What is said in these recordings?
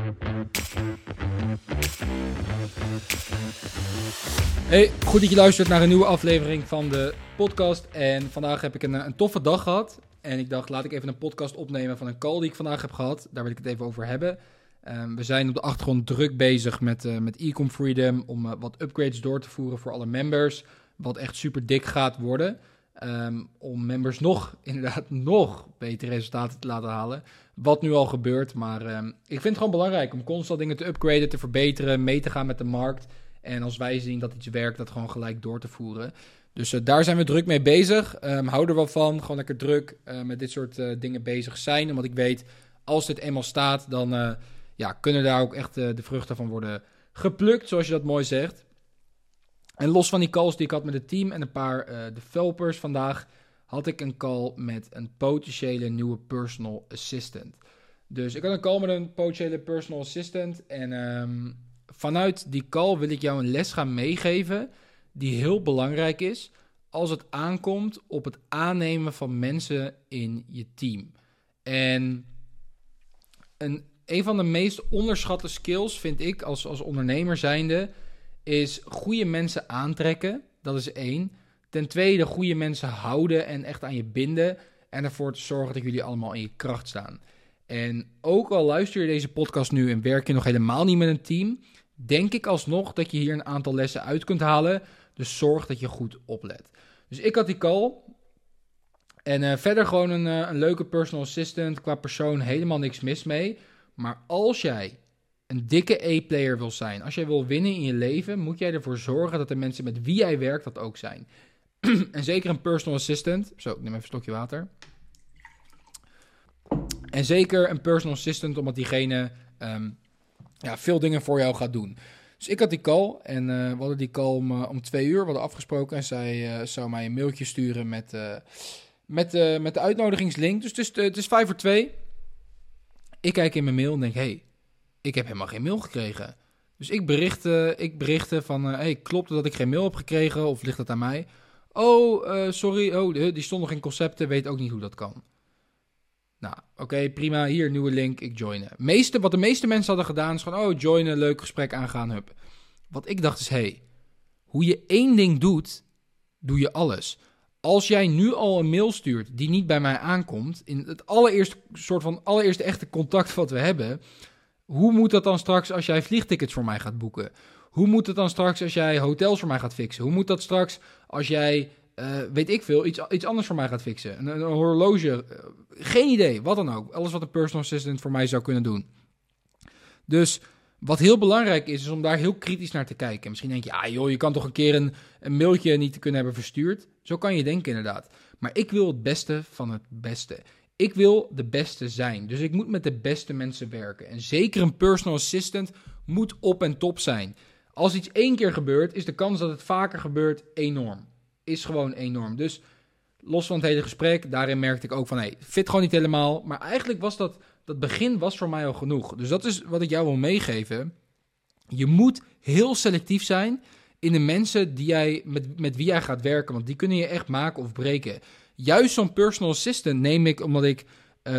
Hey, goed dat je luistert naar een nieuwe aflevering van de podcast. En vandaag heb ik een toffe dag gehad. En ik dacht, laat ik even een podcast opnemen van een call die ik vandaag heb gehad. Daar wil ik het even over hebben. We zijn op de achtergrond druk bezig met Ecom Freedom om wat upgrades door te voeren voor alle members. Wat echt super dik gaat worden. Om members nog betere resultaten te laten halen. Wat nu al gebeurt. Maar ik vind het gewoon belangrijk om constant dingen te upgraden, te verbeteren, mee te gaan met de markt. En als wij zien dat iets werkt, dat gewoon gelijk door te voeren. Dus daar zijn we druk mee bezig. Hou er wel van. Gewoon lekker druk met dit soort dingen bezig zijn. Omdat ik weet, als dit eenmaal staat, dan kunnen daar ook echt de vruchten van worden geplukt, zoals je dat mooi zegt. En los van die calls die ik had met het team en een paar developers vandaag, had ik een call met een potentiële nieuwe personal assistant. Dus ik had een call met een potentiële personal assistant. En vanuit die call wil ik jou een les gaan meegeven die heel belangrijk is als het aankomt op het aannemen van mensen in je team. En een van de meest onderschatte skills vind ik als ondernemer zijnde is goede mensen aantrekken. Dat is 1. Ten tweede, goede mensen houden en echt aan je binden. En ervoor te zorgen dat jullie allemaal in je kracht staan. En ook al luister je deze podcast nu en werk je nog helemaal niet met een team, denk ik alsnog dat je hier een aantal lessen uit kunt halen. Dus zorg dat je goed oplet. Dus ik had die call. En verder gewoon een leuke personal assistant. Qua persoon helemaal niks mis mee. Maar als jij een dikke A-player wil zijn, als jij wil winnen in je leven, moet jij ervoor zorgen dat de mensen met wie jij werkt dat ook zijn. En zeker een personal assistant. Zo, ik neem even een slokje water. En zeker een personal assistant, omdat diegene veel dingen voor jou gaat doen. Dus ik had die call en we hadden die call om 2 uur. We hadden afgesproken en zij zou mij een mailtje sturen met de uitnodigingslink. Dus het is 2:55. Ik kijk in mijn mail en denk, hey, ik heb helemaal geen mail gekregen. Dus ik berichtte van, klopt het dat ik geen mail heb gekregen of ligt dat aan mij? Sorry, die stond nog in concepten, weet ook niet hoe dat kan. Nou, oké, prima, hier, nieuwe link, ik joinen. Wat de meeste mensen hadden gedaan is gewoon, joinen, leuk gesprek aangaan, hup. Wat ik dacht is, hoe je 1 ding doet, doe je alles. Als jij nu al een mail stuurt die niet bij mij aankomt, in het allereerste echte contact wat we hebben, hoe moet dat dan straks als jij vliegtickets voor mij gaat boeken? Hoe moet het dan straks als jij hotels voor mij gaat fixen? Hoe moet dat straks als jij, iets anders voor mij gaat fixen? Een horloge, geen idee, wat dan ook. Alles wat een personal assistant voor mij zou kunnen doen. Dus wat heel belangrijk is om daar heel kritisch naar te kijken. Misschien denk je, je kan toch een keer een mailtje niet te kunnen hebben verstuurd. Zo kan je denken inderdaad. Maar ik wil het beste van het beste. Ik wil de beste zijn. Dus ik moet met de beste mensen werken. En zeker een personal assistant moet op en top zijn. Als iets 1 keer gebeurt, is de kans dat het vaker gebeurt enorm. Is gewoon enorm. Dus los van het hele gesprek, daarin merkte ik ook van, fit gewoon niet helemaal. Maar eigenlijk was dat begin was voor mij al genoeg. Dus dat is wat ik jou wil meegeven. Je moet heel selectief zijn in de mensen met wie jij gaat werken. Want die kunnen je echt maken of breken. Juist zo'n personal assistant neem ik omdat ik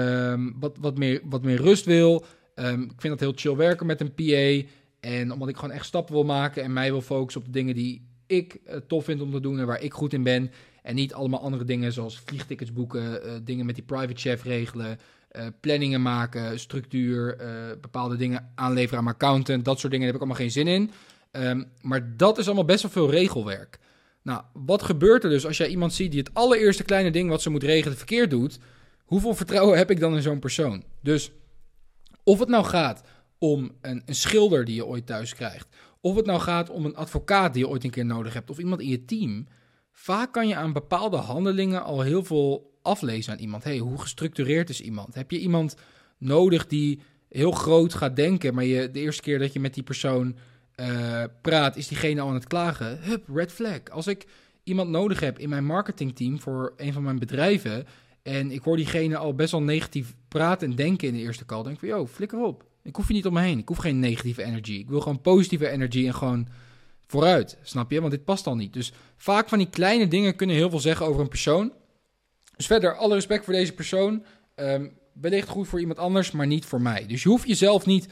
wat meer rust wil. Ik vind dat heel chill werken met een PA. En omdat ik gewoon echt stappen wil maken en mij wil focussen op de dingen die ik tof vind om te doen en waar ik goed in ben. En niet allemaal andere dingen zoals vliegtickets boeken, dingen met die private chef regelen, planningen maken, structuur, bepaalde dingen aanleveren aan mijn accountant. Dat soort dingen heb ik allemaal geen zin in. Maar dat is allemaal best wel veel regelwerk. Nou, wat gebeurt er dus als jij iemand ziet die het allereerste kleine ding wat ze moet regelen verkeerd doet? Hoeveel vertrouwen heb ik dan in zo'n persoon? Dus of het nou gaat om een schilder die je ooit thuis krijgt, of het nou gaat om een advocaat die je ooit een keer nodig hebt, of iemand in je team, vaak kan je aan bepaalde handelingen al heel veel aflezen aan iemand. Hoe gestructureerd is iemand? Heb je iemand nodig die heel groot gaat denken, maar de eerste keer dat je met die persoon praat, is diegene al aan het klagen? Red flag. Als ik iemand nodig heb in mijn marketingteam voor een van mijn bedrijven en ik hoor diegene al best wel negatief praten en denken in de eerste call, denk ik van, flikker op. Ik hoef je niet om me heen. Ik hoef geen negatieve energie. Ik wil gewoon positieve energie en gewoon vooruit. Snap je? Want dit past al niet. Dus vaak van die kleine dingen kunnen heel veel zeggen over een persoon. Dus verder, alle respect voor deze persoon. Wellicht goed voor iemand anders, maar niet voor mij. Dus je hoeft jezelf niet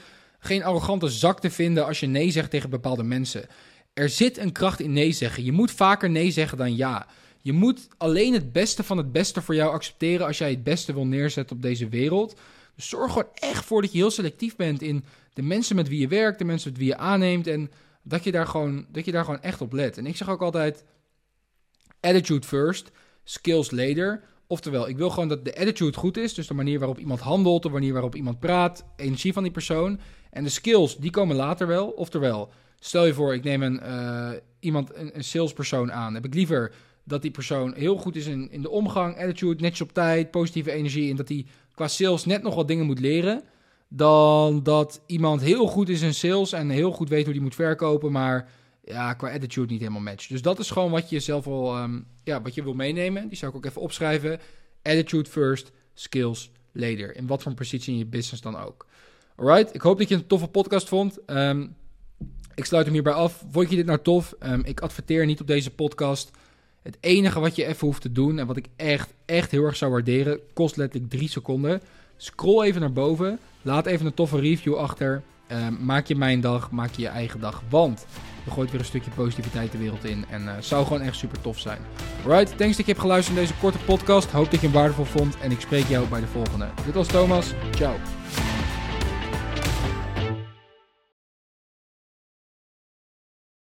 geen arrogante zak te vinden als je nee zegt tegen bepaalde mensen. Er zit een kracht in nee zeggen. Je moet vaker nee zeggen dan ja. Je moet alleen het beste van het beste voor jou accepteren als jij het beste wil neerzetten op deze wereld. Dus zorg gewoon echt voor dat je heel selectief bent in de mensen met wie je werkt, de mensen met wie je aanneemt en dat je daar gewoon echt op let. En ik zeg ook altijd, attitude first, skills later. Oftewel, ik wil gewoon dat de attitude goed is, dus de manier waarop iemand handelt, de manier waarop iemand praat, energie van die persoon. En de skills, die komen later wel. Oftewel, stel je voor, ik neem een salespersoon aan. Heb ik liever dat die persoon heel goed is in de omgang, attitude, netjes op tijd, positieve energie en dat hij qua sales net nog wat dingen moet leren, dan dat iemand heel goed is in sales en heel goed weet hoe die moet verkopen, maar ja, qua attitude niet helemaal matcht. Dus dat is gewoon wat je zelf wel, wat je wil meenemen. Die zou ik ook even opschrijven. Attitude first, skills later. In wat voor positie in je business dan ook. Alright, ik hoop dat je het een toffe podcast vond. Ik sluit hem hierbij af. Vond je dit nou tof? Ik adverteer niet op deze podcast. Het enige wat je even hoeft te doen en wat ik echt heel erg zou waarderen, kost letterlijk 3 seconden. Scroll even naar boven. Laat even een toffe review achter. Maak je mijn dag, maak je je eigen dag. Want je gooit weer een stukje positiviteit de wereld in. En zou gewoon echt super tof zijn. Alright, thanks dat je hebt geluisterd naar deze korte podcast. Hoop dat je hem waardevol vond. En ik spreek jou bij de volgende. Dit was Thomas. Ciao.